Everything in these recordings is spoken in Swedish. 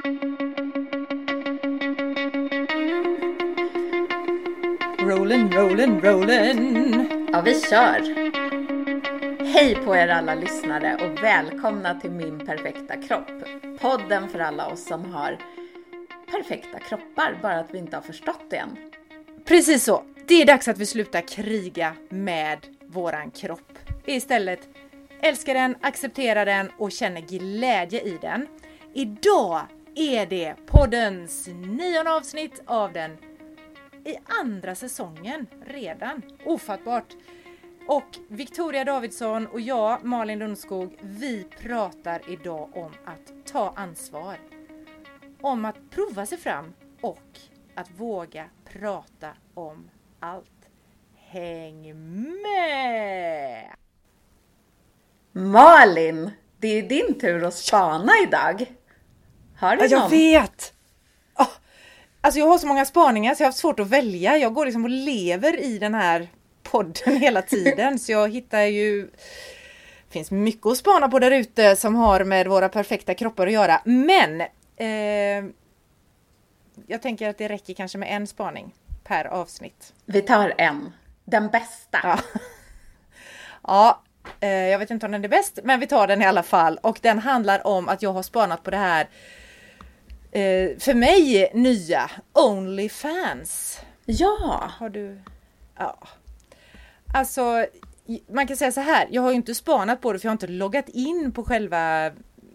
Rollin'. Ja, vi kör. Hej på er alla lyssnare och välkomna till Min perfekta kropp. Podden för alla oss som har perfekta kroppar, bara att vi inte har förstått det än. Precis så. Det är dags att vi slutar kriga med våran kropp. Istället älskar den, accepterar den och känner glädje i den. Idag är det poddens 9:e avsnitt av den i andra säsongen redan. Ofattbart. Och Victoria Davidsson och jag, Malin Lundskog, vi pratar idag om att ta ansvar. Om att prova sig fram och att våga prata om allt. Häng med! Malin, det är din tur att spana idag. Har du någon? Jag vet! Alltså jag har så många spaningar så jag har haft svårt att välja. Jag går liksom och lever i den här podden hela tiden. Så jag hittar ju... Det finns mycket att spana på där ute som har med våra perfekta kroppar att göra. Men jag tänker att det räcker kanske med en spaning per avsnitt. Vi tar en. Den bästa. Ja, jag vet inte om den är bäst, men vi tar den i alla fall. Och den handlar om att jag har spanat på det här för mig nya OnlyFans. Ja. Har du... Ja. Alltså, man kan säga så här. Jag har ju inte spanat på det för jag har inte loggat in på själva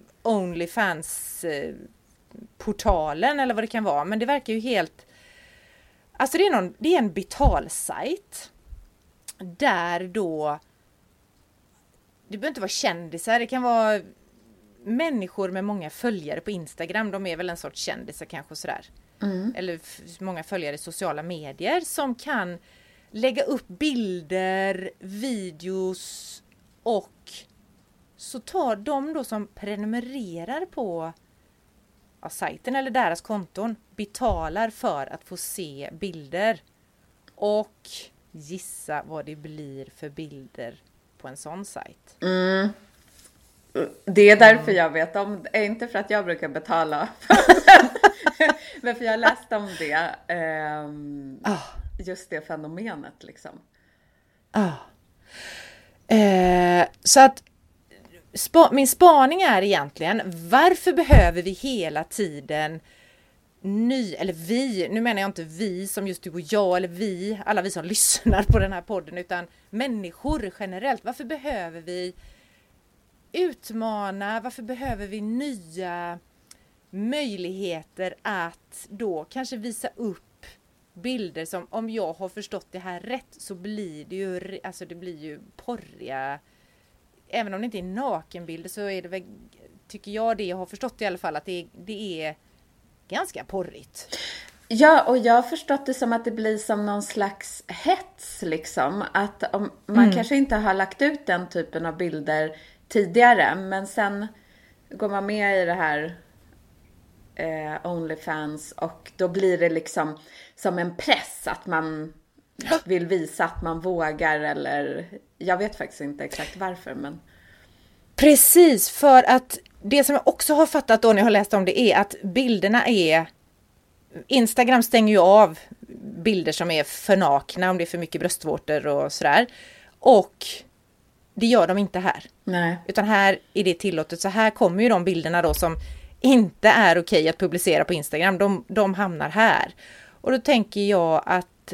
OnlyFans-portalen eller vad det kan vara. Men det verkar ju helt... Alltså det är en betalsajt. Där då... Det behöver inte vara kändisar. Det kan vara människor med många följare på Instagram. De är väl en sorts kändisar kanske sådär. Mm. Eller många följare i sociala medier som kan lägga upp bilder, videos och så tar de då som prenumererar på sajten eller deras konton betalar för att få se bilder. Och gissa vad det blir för bilder på en sån sajt. Mm. Det är därför jag vet om det. Inte för att jag brukar betala. Men för jag läste om det. Just det fenomenet liksom. Så att min spaning är egentligen, varför behöver vi hela tiden nu menar jag inte vi som just du och jag eller vi, alla vi som lyssnar på den här podden, utan människor generellt. Varför behöver vi utmana, varför behöver vi nya möjligheter att då kanske visa upp bilder som, om jag har förstått det här rätt, så blir det ju, alltså det blir ju porriga, även om det inte är nakenbilder så är det väl, tycker jag det jag har förstått i alla fall, att det är ganska porrigt. Ja, och jag har förstått det som att det blir som någon slags hets liksom, att om man kanske inte har lagt ut den typen av bilder tidigare, men sen går man med i det här OnlyFans och då blir det liksom som en press att man vill visa att man vågar, eller jag vet faktiskt inte exakt varför, men precis, för att det som jag också har fattat då när jag har läst om det är att bilderna är, Instagram stänger ju av bilder som är för nakna om det är för mycket bröstvårtor och sådär, och det gör de inte här. Nej. Utan här är det tillåtet. Så här kommer ju de bilderna då som inte är okej att publicera på Instagram. De hamnar här. Och då tänker jag att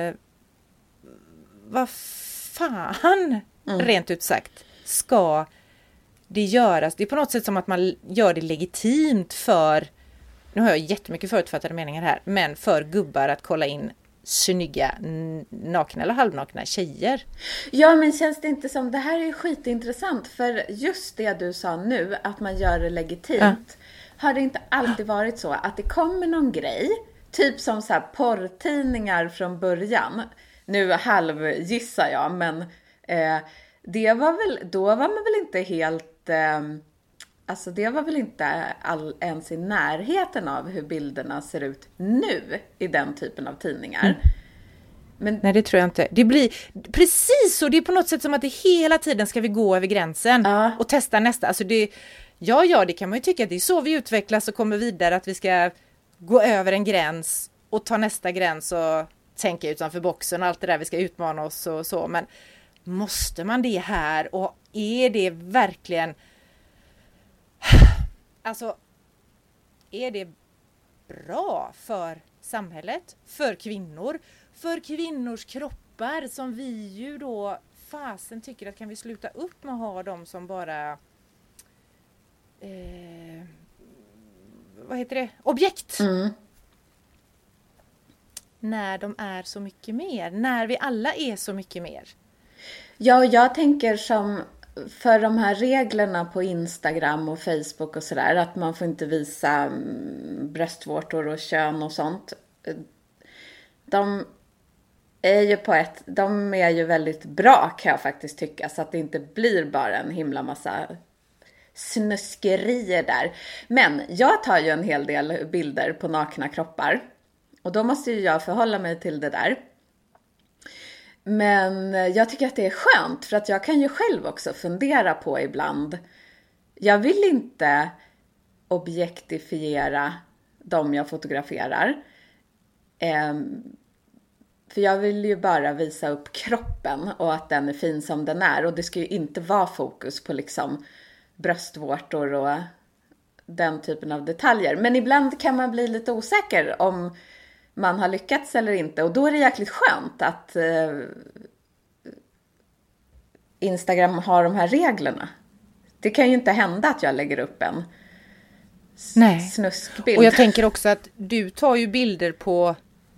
vad fan rent ut sagt ska det göras? Det är på något sätt som att man gör det legitimt för, nu har jag jättemycket förutfattade meningar här, men för gubbar att kolla in snygga, nakna eller halvnakna tjejer. Ja, men känns det inte som, det här är skitintressant, för just det du sa nu, att man gör det legitimt, har det inte alltid varit så att det kommer någon grej, typ som så här porrtidningar från början, nu halvgissar jag, men det var väl, då var man väl inte helt, alltså det var väl inte ens i närheten av hur bilderna ser ut nu i den typen av tidningar. Men nej, det tror jag inte. Det blir precis så. Det är på något sätt som att det hela tiden ska vi gå över gränsen och testa nästa. Alltså Ja, det kan man ju tycka att det är så vi utvecklas och kommer vidare, att vi ska gå över en gräns och ta nästa gräns och tänka utanför boxen och allt det där, vi ska utmana oss och så. Men måste man det här, och är det verkligen, alltså är det bra för samhället, för kvinnor, för kvinnors kroppar, som vi ju då fasen tycker att kan vi sluta upp med att ha dem som bara vad heter det? Objekt. När de är så mycket mer. När vi alla är så mycket mer. Ja, jag tänker som för de här reglerna på Instagram och Facebook och sådär, att man får inte visa bröstvårtor och kön och sånt. De är ju väldigt bra, kan jag faktiskt tycka, så att det inte blir bara en himla massa snuskerier där. Men jag tar ju en hel del bilder på nakna kroppar, och då måste ju jag förhålla mig till det där. Men jag tycker att det är skönt, för att jag kan ju själv också fundera på ibland. Jag vill inte objektifiera de jag fotograferar. För jag vill ju bara visa upp kroppen och att den är fin som den är. Och det ska ju inte vara fokus på liksom bröstvårtor och den typen av detaljer. Men ibland kan man bli lite osäker om man har lyckats eller inte. Och då är det jäkligt skönt att Instagram har de här reglerna. Det kan ju inte hända att jag lägger upp en snuskbild. Och jag tänker också att du tar ju bilder på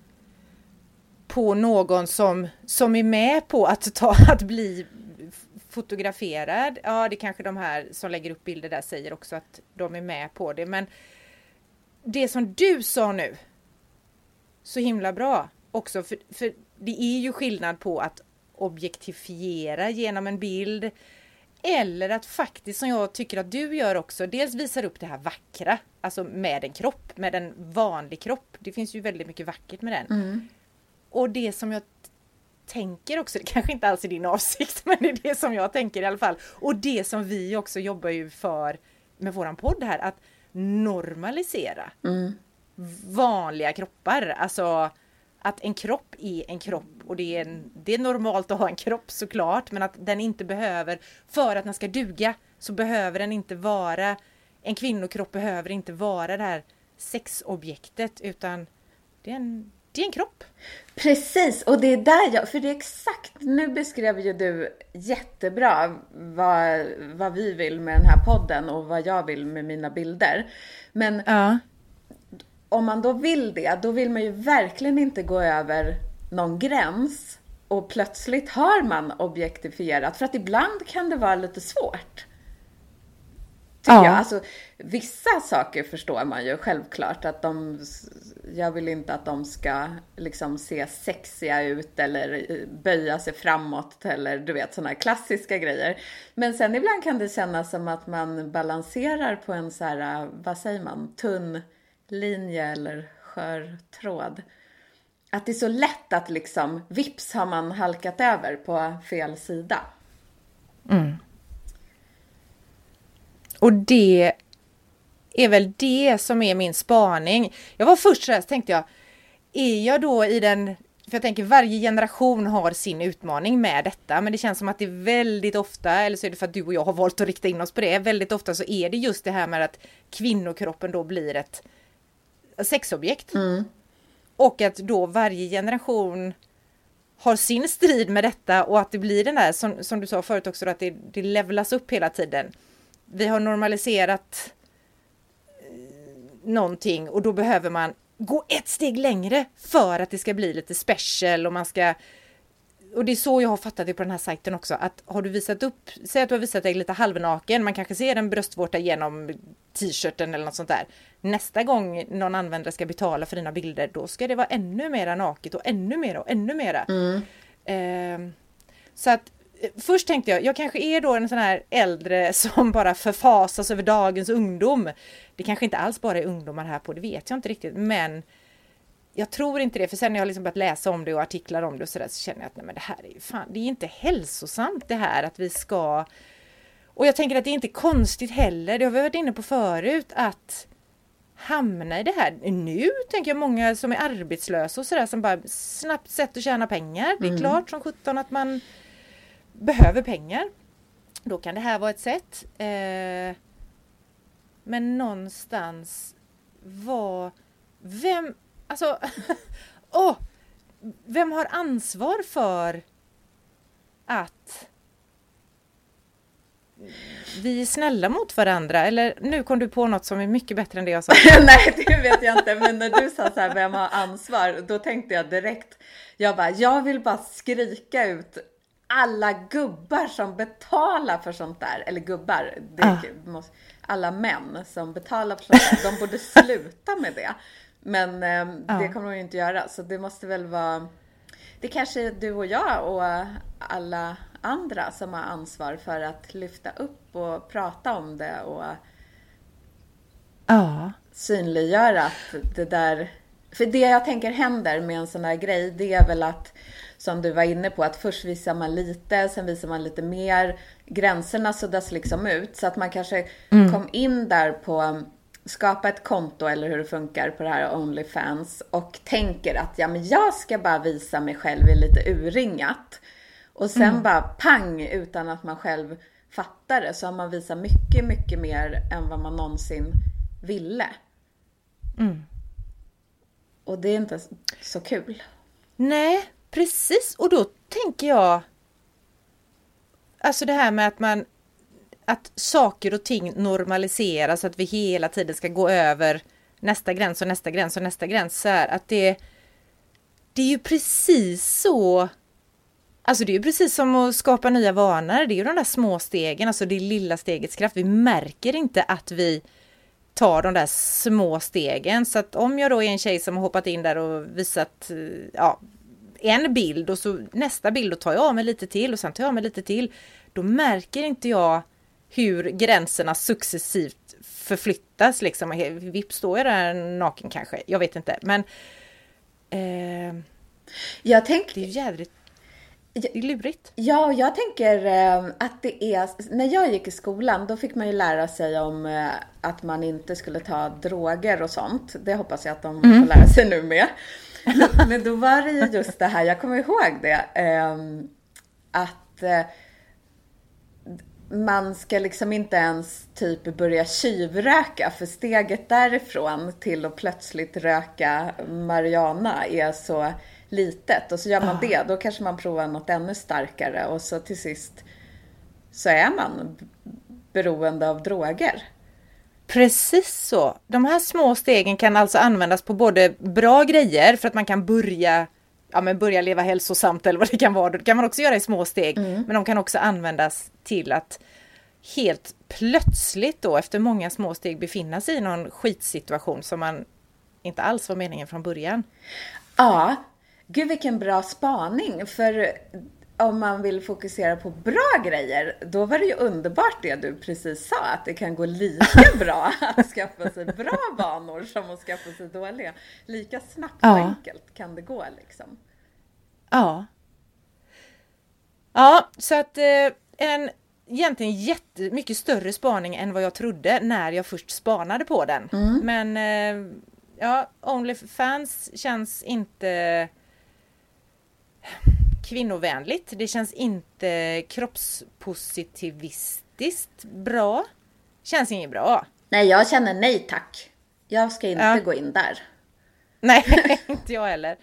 någon som är med på att bli fotograferad. Ja, det kanske de här som lägger upp bilder där säger också att de är med på det. Men det som du sa nu, så himla bra också. För det är ju skillnad på att objektifiera genom en bild, eller att faktiskt, som jag tycker att du gör också, dels visar upp det här vackra, alltså med en kropp, med en vanlig kropp. Det finns ju väldigt mycket vackert med den. Och det som jag tänker också, det kanske inte alls är din avsikt, men det är det som jag tänker i alla fall. Och det som vi också jobbar ju för med våran podd här, att normalisera vanliga kroppar. Alltså att en kropp är en kropp, och det är normalt att ha en kropp såklart, men att den inte behöver, för att den ska duga, så behöver den inte vara, en kvinnokropp behöver inte vara det här sexobjektet, utan det är en kropp. Precis, och det är där för det är exakt, nu beskrev ju du jättebra vad vi vill med den här podden och vad jag vill med mina bilder. Men om man då vill det, då vill man ju verkligen inte gå över någon gräns och plötsligt har man objektifierat, för att ibland kan det vara lite svårt. Tycker jag. Alltså, vissa saker förstår man ju självklart, att jag vill inte att de ska liksom se sexiga ut eller böja sig framåt, eller du vet, såna här klassiska grejer. Men sen ibland kan det kännas som att man balanserar på en så här, vad säger man, tunn linje eller skör tråd. Att det är så lätt att liksom, vips har man halkat över på fel sida. Och det är väl det som är min spaning. Jag var först så här, så tänkte jag, är jag då i den, för jag tänker varje generation har sin utmaning med detta, men det känns som att det är väldigt ofta, eller så är det för att du och jag har valt att rikta in oss på det, väldigt ofta så är det just det här med att kvinnokroppen då blir ett sexobjekt. Och att då varje generation har sin strid med detta, och att det blir den där, som du sa förut också, att det levlas upp hela tiden. Vi har normaliserat någonting, och då behöver man gå ett steg längre för att det ska bli lite special, och man ska, och det är så jag har fattat det på den här sajten också, att har du visat upp, säg att du har visat dig lite halvnaken, man kanske ser en bröstvårta genom t-shirten eller något sånt där. Nästa gång någon användare ska betala för dina bilder, då ska det vara ännu mera naket och ännu mera. Så att först tänkte jag kanske är då en sån här äldre som bara förfasas över dagens ungdom. Det kanske inte alls bara är ungdomar här på, det vet jag inte riktigt, men jag tror inte det, för sen när jag liksom börjat läsa om det och artiklar om det och sådär, så känner jag att nej, men det här är ju fan, det är inte hälsosamt det här, att vi ska, Och jag tänker att det är inte konstigt heller, det har vi varit inne på förut, att hamna i det här. Nu tänker jag många som är arbetslösa och sådär, som bara snabbt sätt att tjäna pengar. Det är klart som 17 att man behöver pengar. Då kan det här vara ett sätt. Men någonstans vem har ansvar för att vi är snälla mot varandra? Eller nu kom du på något som är mycket bättre än det jag sa. Nej, det vet jag inte. Men när du sa så här, vem har ansvar? Då tänkte jag direkt, jag vill bara skrika ut alla gubbar som betalar för sånt där. Eller gubbar, alla män som betalar för sånt där. De borde sluta med det. Men det kommer de ju inte göra. Så det måste väl vara... Det kanske är du och jag och alla andra som har ansvar för att lyfta upp och prata om det och synliggöra att det där... För det jag tänker händer med en sån här grej, det är väl att, som du var inne på, att först visar man lite, sen visar man lite mer. Gränserna suddas liksom ut, så att man kanske kom in där på... skapa ett konto eller hur det funkar på det här OnlyFans och tänker att men jag ska bara visa mig själv i lite urringat och sen bara pang utan att man själv fattar det, så har man visat mycket, mycket mer än vad man någonsin ville. Och det är inte så kul. Nej, precis. Och då tänker jag, alltså det här med att saker och ting normaliseras, så att vi hela tiden ska gå över nästa gräns och nästa gräns och nästa gräns. Så här, att det är ju precis så, alltså det är ju precis som att skapa nya vanor. Det är ju de där små stegen, alltså det lilla stegets kraft. Vi märker inte att vi tar de där små stegen. Så att om jag då är en tjej som har hoppat in där och visat en bild, och så nästa bild då tar jag av mig lite till och sen tar jag av mig lite till, då märker inte jag hur gränserna successivt förflyttas liksom. Vips står jag där naken kanske. Jag vet inte. Men jag tänker, det är jädrigt. Det är lurigt. Ja, jag tänker att det är... När jag gick i skolan, då fick man ju lära sig om att man inte skulle ta droger och sånt. Det hoppas jag att de får lära sig nu med. Men då var det ju just det här, jag kommer ihåg det. Att... man ska liksom inte ens typ börja tjuvröka, för steget därifrån till att plötsligt röka marijuana är så litet. Och så gör man det, då kanske man provar något ännu starkare och så till sist så är man beroende av droger. Precis så. De här små stegen kan alltså användas på både bra grejer för att man kan börja leva hälsosamt eller vad det kan vara. Det kan man också göra i små steg. Men de kan också användas till att helt plötsligt då efter många små steg befinna sig i någon skitsituation som man inte alls var meningen från början. Ja, gud vilken bra spaning. För om man vill fokusera på bra grejer, då var det ju underbart det du precis sa. Att det kan gå lika bra att skaffa sig bra vanor som att skaffa sig dåliga. Lika snabbt och enkelt kan det gå liksom. Ja. Ja, så att en egentligen mycket större spaning än vad jag trodde när jag först spanade på den. Men OnlyFans känns inte kvinnovänligt. Det känns inte kroppspositivistiskt bra. Känns inget bra. Nej, jag känner nej tack. Jag ska inte gå in där. Nej, inte jag heller.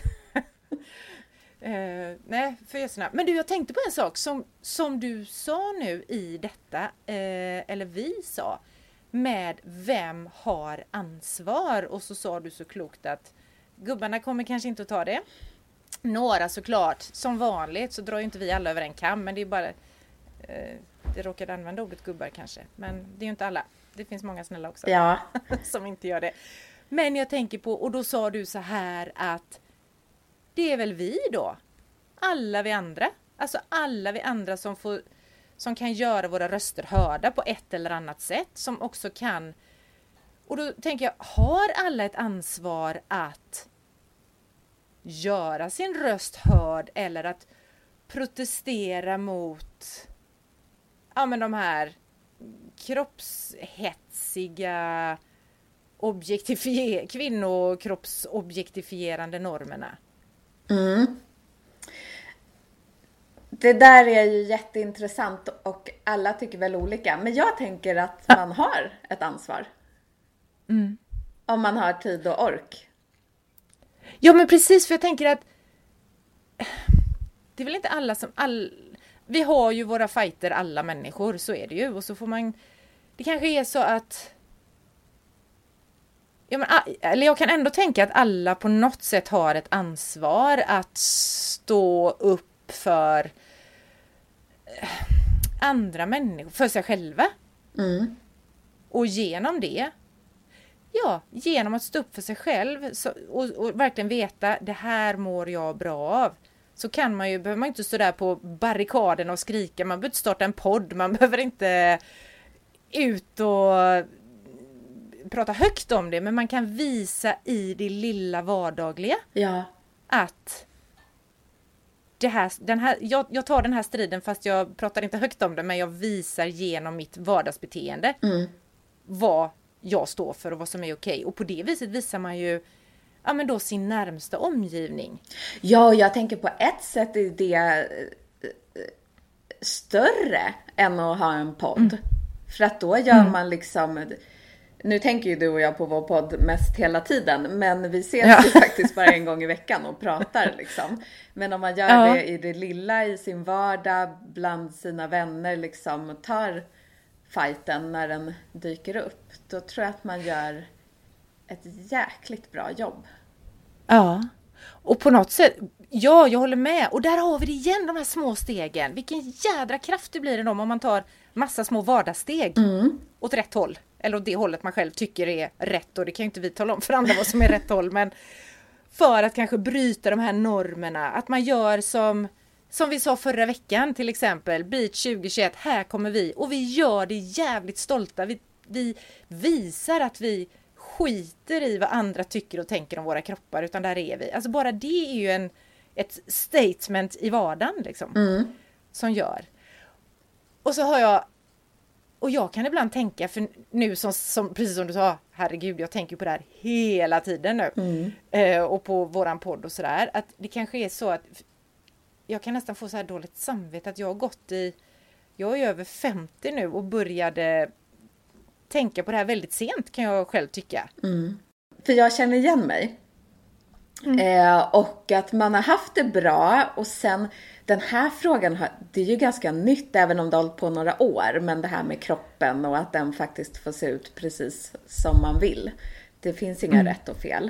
Nej, för jag snabbt. Men du, jag tänkte på en sak som du sa nu i detta, eller vi sa, med vem har ansvar? Och så sa du så klokt att gubbarna kommer kanske inte att ta det. Några såklart, som vanligt så drar ju inte vi alla över en kam, men det är bara det råkade använda ordet gubbar kanske, men det är ju inte alla. Det finns många snälla också som inte gör det. Men jag tänker på, och då sa du så här att det är väl vi då, alla vi andra, alltså alla vi andra som kan göra våra röster hörda på ett eller annat sätt, som också kan, och då tänker jag, har alla ett ansvar att göra sin röst hörd eller att protestera mot ja men de här kroppshetsiga kvinnokroppsobjektifierande normerna. Det där är ju jätteintressant och alla tycker väl olika. Men jag tänker att man har ett ansvar. Om man har tid och ork. Ja men precis, för jag tänker att det är väl inte alla som... Vi har ju våra fighter, alla människor, så är det ju. Och så får man... Det kanske är så att... Ja, men, eller jag kan ändå tänka att alla på något sätt har ett ansvar att stå upp för andra människor, för sig själva. Och genom det, genom att stå upp för sig själv och verkligen veta, det här mår jag bra av. Så behöver man inte stå där på barrikaden och skrika, man behöver inte starta en podd, man behöver inte ut och prata högt om det, men man kan visa i det lilla vardagliga att jag tar den här striden fast jag pratar inte högt om det, men jag visar genom mitt vardagsbeteende vad jag står för och vad som är okej. Och på det viset visar man ju men då sin närmsta omgivning. Ja, jag tänker på ett sätt är det större än att ha en podd. För att då gör man liksom... Nu tänker ju du och jag på vår podd mest hela tiden. Men vi ses ju faktiskt bara en gång i veckan och pratar liksom. Men om man gör det i det lilla, i sin vardag, bland sina vänner liksom, tar fighten när den dyker upp. Då tror jag att man gör ett jäkligt bra jobb. Ja, och på något sätt, jag håller med. Och där har vi det igen, de här små stegen. Vilken jädra kraft det blir om man tar massa små vardagssteg åt rätt håll. Eller åt det hållet man själv tycker är rätt. Och det kan ju inte vi tala om för andra vad som är rätt håll. Men för att kanske bryta de här normerna. Att man gör som vi sa förra veckan till exempel. Beach 2021, här kommer vi. Och vi gör det jävligt stolta. Vi visar att vi skiter i vad andra tycker och tänker om våra kroppar. Utan där är vi. Alltså bara det är ju ett statement i vardagen liksom. Som gör. Och så har jag... Och jag kan ibland tänka, för nu som precis som du sa, herregud, jag tänker på det här hela tiden nu. Och på våran podd och sådär. Att det kanske är så att jag kan nästan få så här dåligt samvete att jag har gått jag är över 50 nu och började tänka på det här väldigt sent, kan jag själv tycka. För jag känner igen mig. Och att man har haft det bra och sen den här frågan, det är ju ganska nytt även om det har hållit på några år, men det här med kroppen och att den faktiskt får se ut precis som man vill. Det finns inga rätt och fel.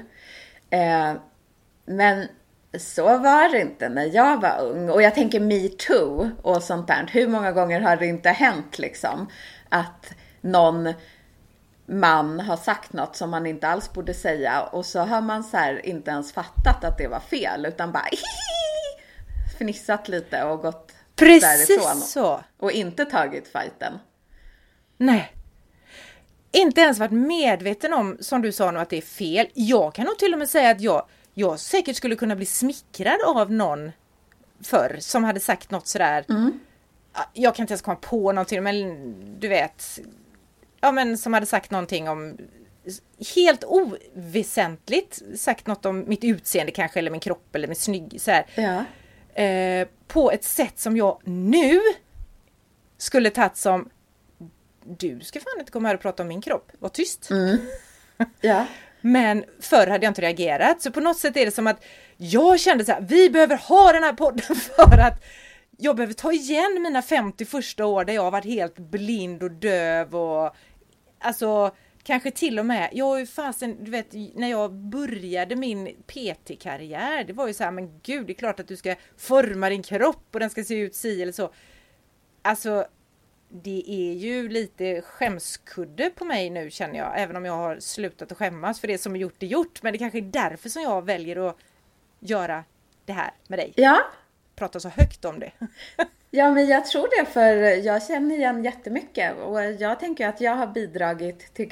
Men så var det inte när jag var ung. Och jag tänker me too och sånt där. Hur många gånger har det inte hänt liksom att någon man har sagt något som man inte alls borde säga och så har man så här inte ens fattat att det var fel utan bara fnissat lite och gått därifrån så. Och inte tagit fighten. Nej. Inte ens varit medveten om, som du sa nu, att det är fel. Jag kan nog till och med säga att jag säkert skulle kunna bli smickrad av någon förr som hade sagt något sådär. Jag kan inte ens komma på någonting, men du vet, men som hade sagt någonting om helt oväsentligt, sagt något om mitt utseende kanske, eller min kropp eller min snygg så här. Ja. På ett sätt som jag nu skulle tagit som, du ska fan inte komma här och prata om min kropp, var tyst. Ja. Men förr hade jag inte reagerat. Så på något sätt är det som att jag kände så här, vi behöver ha den här podden för att jag behöver ta igen mina 50 första år där jag har varit helt blind och döv och alltså kanske till och med, jag är ju fasen, du vet, när jag började min PT-karriär, det var ju så här, men gud, det är klart att du ska forma din kropp och den ska se ut si eller så. Alltså, det är ju lite skämskudde på mig nu, känner jag, även om jag har slutat att skämmas för det som är gjort, men det kanske är därför som jag väljer att göra det här med dig. Ja. Prata så högt om det. Ja, men jag tror det, för jag känner igen jättemycket och jag tänker att jag har bidragit till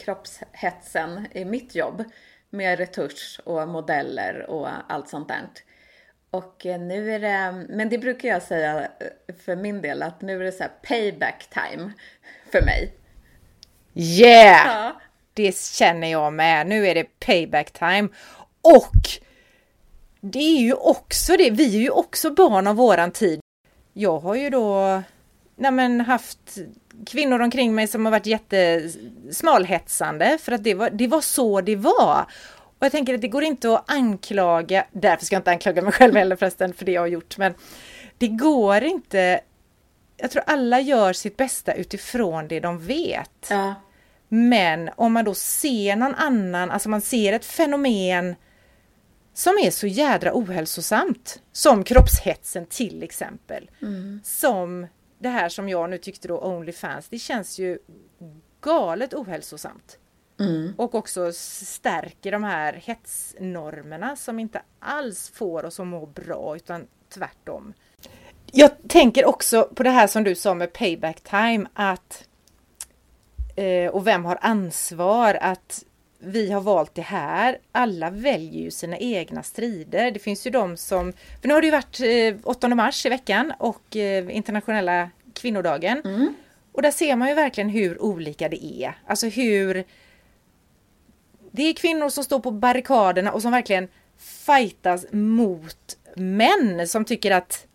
kroppshetsen i mitt jobb med retusch och modeller och allt sånt där. Och nu är det, men det brukar jag säga för min del, att nu är det så här payback time för mig. Yeah! Ja. Det känner jag med. Nu är det payback time. Och det är ju också det. Vi är ju också barn av våran tid. Jag har ju då haft kvinnor omkring mig som har varit jättesmalhetsande. För att det var så det var. Och jag tänker att det går inte att anklaga. Därför ska jag inte anklaga mig själv heller förresten för det jag har gjort. Men det går inte. Jag tror alla gör sitt bästa utifrån det de vet. Ja. Men om man då ser någon annan, alltså man ser ett fenomen som är så jädra ohälsosamt, som kroppshetsen till exempel, som det här som jag nu tyckte då OnlyFans, det känns ju galet ohälsosamt. Och också stärker de här hetsnormerna som inte alls får oss att må bra, utan tvärtom. Jag tänker också på det här som du sa med payback time, att och vem har ansvar, att vi har valt det här. Alla väljer ju sina egna strider. Det finns ju de som, för nu har det ju varit 8 mars i veckan och internationella kvinnodagen. Och där ser man ju verkligen hur olika det är. Alltså hur det är kvinnor som står på barrikaderna och som verkligen fightas mot män som tycker att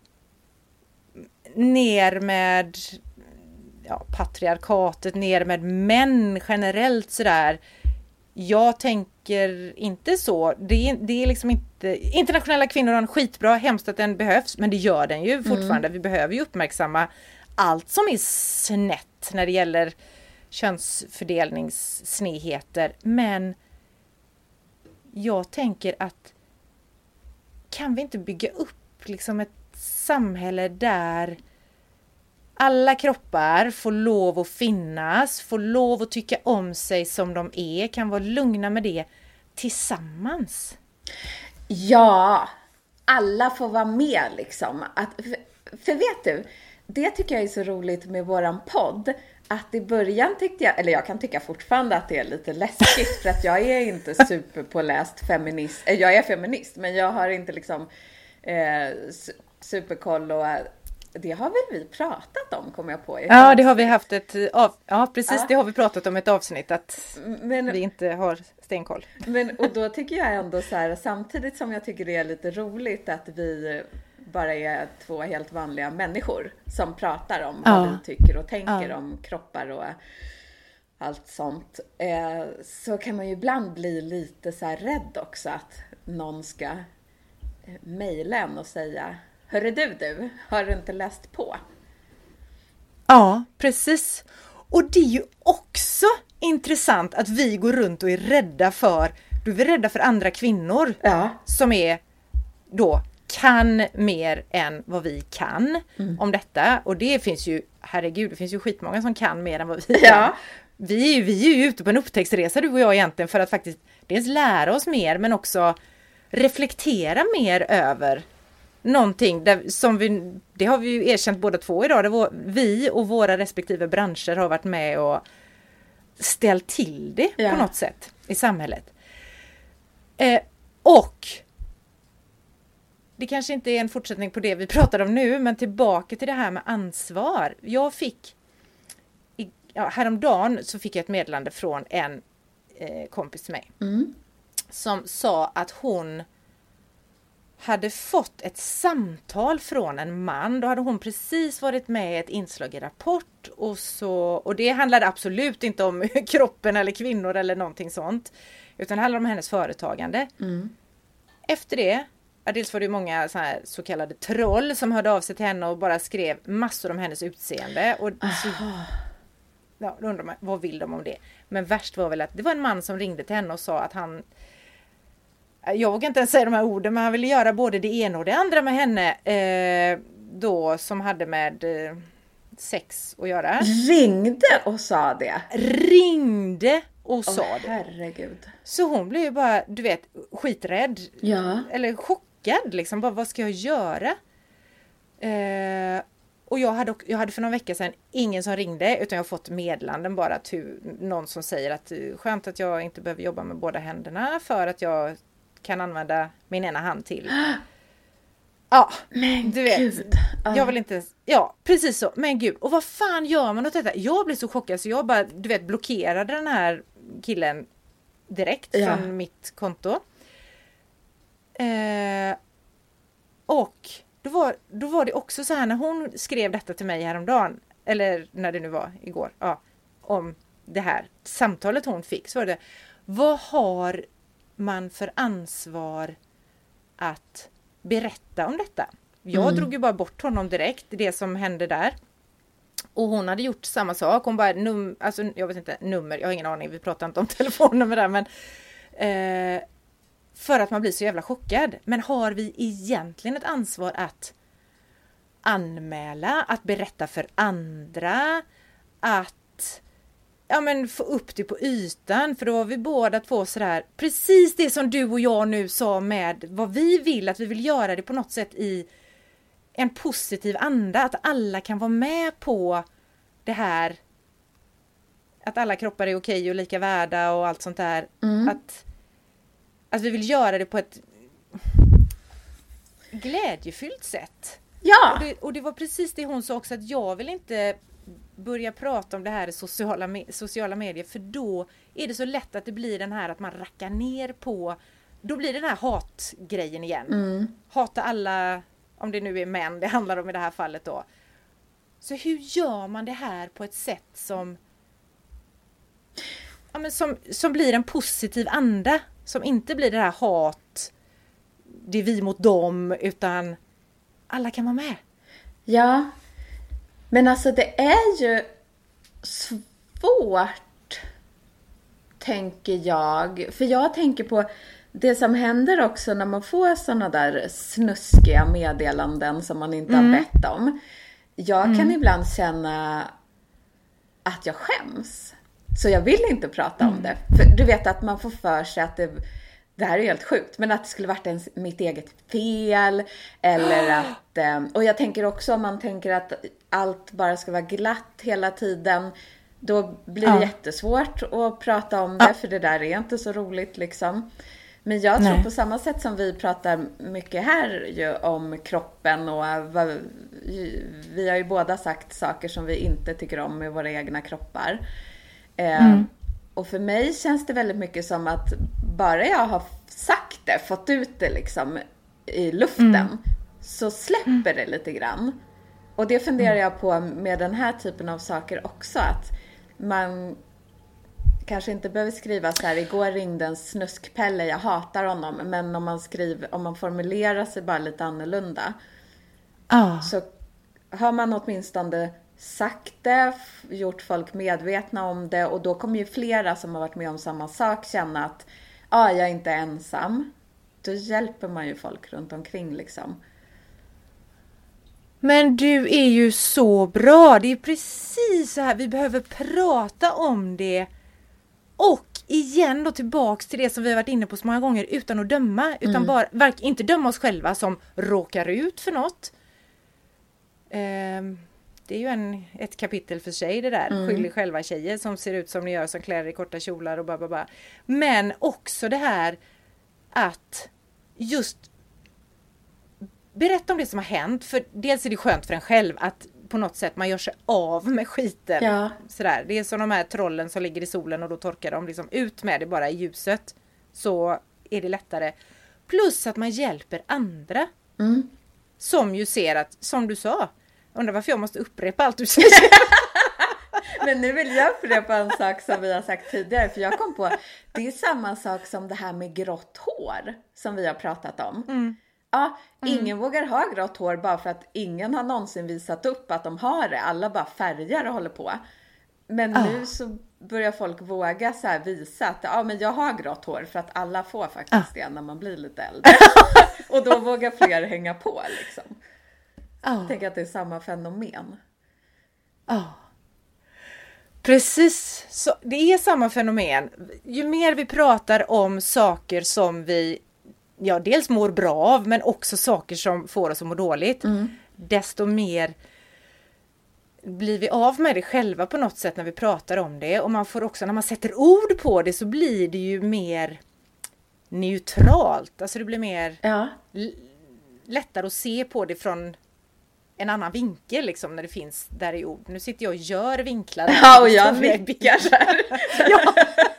ner med patriarkatet, ner med män generellt sådär. Jag tänker inte så. Det är liksom inte, internationella kvinnor har en skitbra, hemskt att den behövs, men det gör den ju fortfarande. Vi behöver ju uppmärksamma allt som är snett när det gäller könsfördelningssnedheter. Men jag tänker att kan vi inte bygga upp liksom ett samhälle där alla kroppar får lov att finnas, får lov att tycka om sig som de är, kan vara lugna med det tillsammans. Ja, alla får vara med liksom. För vet du, det tycker jag är så roligt med våran podd. Att i början tyckte jag, eller jag kan tycka fortfarande att det är lite läskigt. För att jag är inte superpåläst feminist. Jag är feminist, men jag har inte liksom superkoll och det har väl vi pratat om, kommer jag på. Ja, det har vi haft precis, det har vi pratat om ett avsnitt, att vi inte har stenkoll. Och då tycker jag ändå så här, samtidigt som jag tycker det är lite roligt att vi bara är 2 helt vanliga människor som pratar om vad vi tycker och tänker om kroppar och allt sånt. Så kan man ju ibland bli lite så här rädd också att någon ska mejla en och säga: hörru du, har du inte läst på? Ja, precis. Och det är ju också intressant att vi går runt och är rädda för, du är rädda för andra kvinnor som är då kan mer än vad vi kan om detta. Och det finns ju, herregud, det finns ju skitmånga som kan mer än vad vi kan. Vi är ju ute på en upptäcktsresa, du och jag egentligen, för att faktiskt dels lära oss mer, men också reflektera mer över någonting det har vi ju erkänt båda två idag. Vi och våra respektive branscher har varit med och ställt till det på något sätt i samhället. Och det kanske inte är en fortsättning på det vi pratar om nu, men tillbaka till det här med ansvar. Jag fick häromdagen så fick jag ett meddelande från en kompis till mig som sa att hon hade fått ett samtal från en man. Då hade hon precis varit med i ett inslag i Rapport. Och det handlade absolut inte om kroppen eller kvinnor eller någonting sånt. Utan det handlade om hennes företagande. Efter det, dels var det många så kallade troll som hörde av sig till henne och bara skrev massor om hennes utseende. Och då undrar man, vad vill de om det? Men värst var väl att det var en man som ringde till henne och sa att jag vågar inte ens säga de här orden, men han ville göra både det ena och det andra med henne då, som hade med sex att göra. Ringde och sa det? Ringde och sa det. Herregud. Så hon blev ju bara, du vet, skiträdd. Ja. Eller chockad liksom, bara vad ska jag göra? Och jag hade för några veckor sedan ingen som ringde, utan jag har fått meddelanden bara till någon som säger att skönt att jag inte behöver jobba med båda händerna för att jag kan använda min ena hand till Ja, Men du vet. gud. Jag vill inte... Ja, precis så. Men gud. Och vad fan gör man åt detta? Jag blev så chockad så jag bara, du vet, blockerade den här killen direkt från mitt konto. Och då var det också så här när hon skrev detta till mig häromdagen. Eller när det nu var igår. Ja, om det här samtalet hon fick. Så var det, vad har man för ansvar att berätta om detta? Jag drog ju bara bort honom direkt, det som hände där. Och hon hade gjort samma sak. Hon bara, jag vet inte, nummer, jag har ingen aning, vi pratar inte om telefonnummer där, men för att man blir så jävla chockad. Men har vi egentligen ett ansvar att anmäla, att berätta för andra, att få upp det på ytan, för då var vi båda två sådär, precis det som du och jag nu sa med vad vi vill, att vi vill göra det på något sätt i en positiv anda, att alla kan vara med på det här, att alla kroppar är okej och lika värda och allt sånt där, att vi vill göra det på ett glädjefyllt sätt. Ja. Och det var precis det hon sa också, att jag vill inte börja prata om det här i sociala medier, för då är det så lätt att det blir den här att man rackar ner på, då blir det den här hatgrejen igen. Hata alla, om det nu är män det handlar om i det här fallet då. Så hur gör man det här på ett sätt som som blir en positiv anda, som inte blir det här hat, det är vi mot dem, utan alla kan vara med. Ja. Men alltså det är ju svårt, tänker jag. För jag tänker på det som händer också när man får såna där snuskiga meddelanden som man inte har bett om. Jag kan ibland känna att jag skäms. Så jag vill inte prata om det. För du vet att man får för sig att det här är helt sjukt, men att det skulle varit mitt eget fel, eller att, och jag tänker också, om man tänker att allt bara ska vara glatt hela tiden, då blir det jättesvårt att prata om det, för det där är inte så roligt liksom. Men jag tror på samma sätt som vi pratar mycket här ju om kroppen, och vi har ju båda sagt saker som vi inte tycker om med våra egna kroppar. Och för mig känns det väldigt mycket som att bara jag har sagt det, fått ut det liksom i luften, så släpper det lite grann. Och det funderar jag på med den här typen av saker också, att man kanske inte behöver skriva så här: igår ringde en snuskpelle, jag hatar honom. Men om man formulerar sig bara lite annorlunda, så har man åtminstone sagt det, gjort folk medvetna om det, och då kommer ju flera som har varit med om samma sak känna att jag är inte ensam. Då hjälper man ju folk runt omkring liksom. Men du är ju så bra. Det är precis så här vi behöver prata om det. Och igen då tillbaks till det som vi har varit inne på så många gånger, utan att döma, utan bara inte döma oss själva som råkar ut för något. Det är ju ett kapitel för sig det där. Skyll er själva tjejer som ser ut som ni gör, som klär i korta kjolar och bara. Men också det här att just berätta om det som har hänt. För dels är det skönt för en själv att på något sätt man gör sig av med skiten. Ja. Sådär. Det är som de här trollen som ligger i solen och då torkar de liksom ut med det bara i ljuset. Så är det lättare. Plus att man hjälper andra. Som ju ser att, som du sa, undrar varför jag måste upprepa allt du säger. Men nu vill jag upprepa en sak som vi har sagt tidigare. För jag kom på, det är samma sak som det här med grått hår som vi har pratat om. Ingen vågar ha grått hår bara för att ingen har någonsin visat upp att de har det. Alla bara färgar och håller på. Men nu så börjar folk våga så här visa att men jag har grått hår, för att alla får faktiskt det när man blir lite äldre. Och då vågar fler hänga på liksom. Jag tänker att det är samma fenomen. Precis, så det är samma fenomen. Ju mer vi pratar om saker som vi dels mår bra av, men också saker som får oss att må dåligt, desto mer blir vi av med det själva på något sätt när vi pratar om det. Och man får också, när man sätter ord på det, så blir det ju mer neutralt. Alltså det blir mer lättare att se på det från en annan vinkel liksom när det finns där i ord. Nu sitter jag och gör vinklar. Ja, och jag nickar så här. Ja.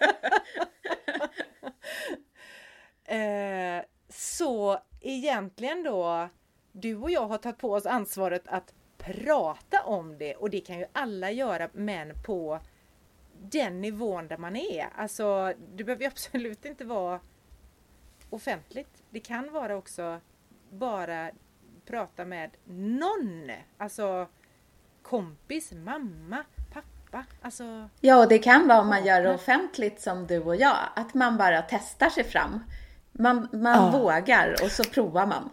Så egentligen då, du och jag har tagit på oss ansvaret att prata om det, och det kan ju alla göra, men på den nivån där man är. Alltså, det behöver ju absolut inte vara offentligt. Det kan vara också bara prata med någon. Alltså kompis, mamma, pappa. Alltså... Ja, och det kan vara om man gör det offentligt som du och jag. Att man bara testar sig fram. Man vågar och så provar man.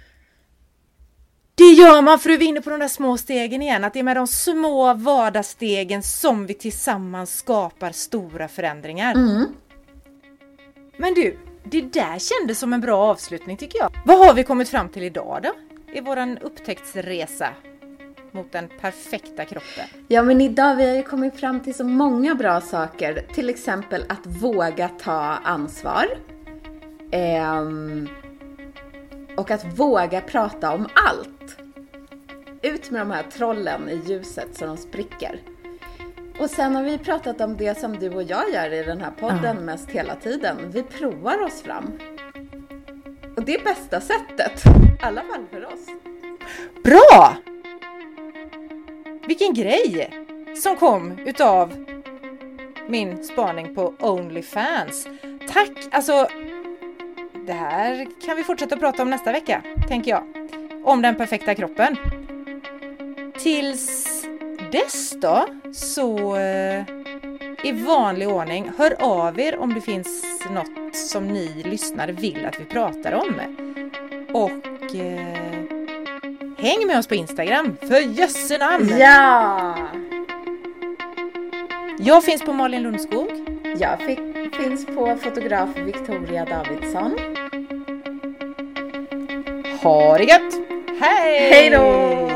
Det gör man för att vinna på de där små stegen igen. Att det är med de små vardagsstegen som vi tillsammans skapar stora förändringar. Men du, det där kändes som en bra avslutning tycker jag. Vad har vi kommit fram till idag då? I våran upptäcktsresa mot den perfekta kroppen. Ja, men idag vi har ju kommit fram till så många bra saker. Till exempel att våga ta ansvar. Och att våga prata om allt. Ut med de här trollen i ljuset så de spricker. Och sen har vi pratat om det som du och jag gör i den här podden mest hela tiden. Vi provar oss fram. Och det är bästa sättet. I alla fall för oss. Bra! Vilken grej som kom utav min spaning på OnlyFans. Tack! Alltså, det här kan vi fortsätta prata om nästa vecka, tänker jag. Om den perfekta kroppen. Tills dess då, så i vanlig ordning, hör av er om det finns något som ni lyssnare vill att vi pratar om. Och häng med oss på Instagram, för jössenamn! Ja! Jag finns på Malin Lundskog. Jag finns på fotograf Victoria Davidsson. Ha det gött! Hej! Hej då!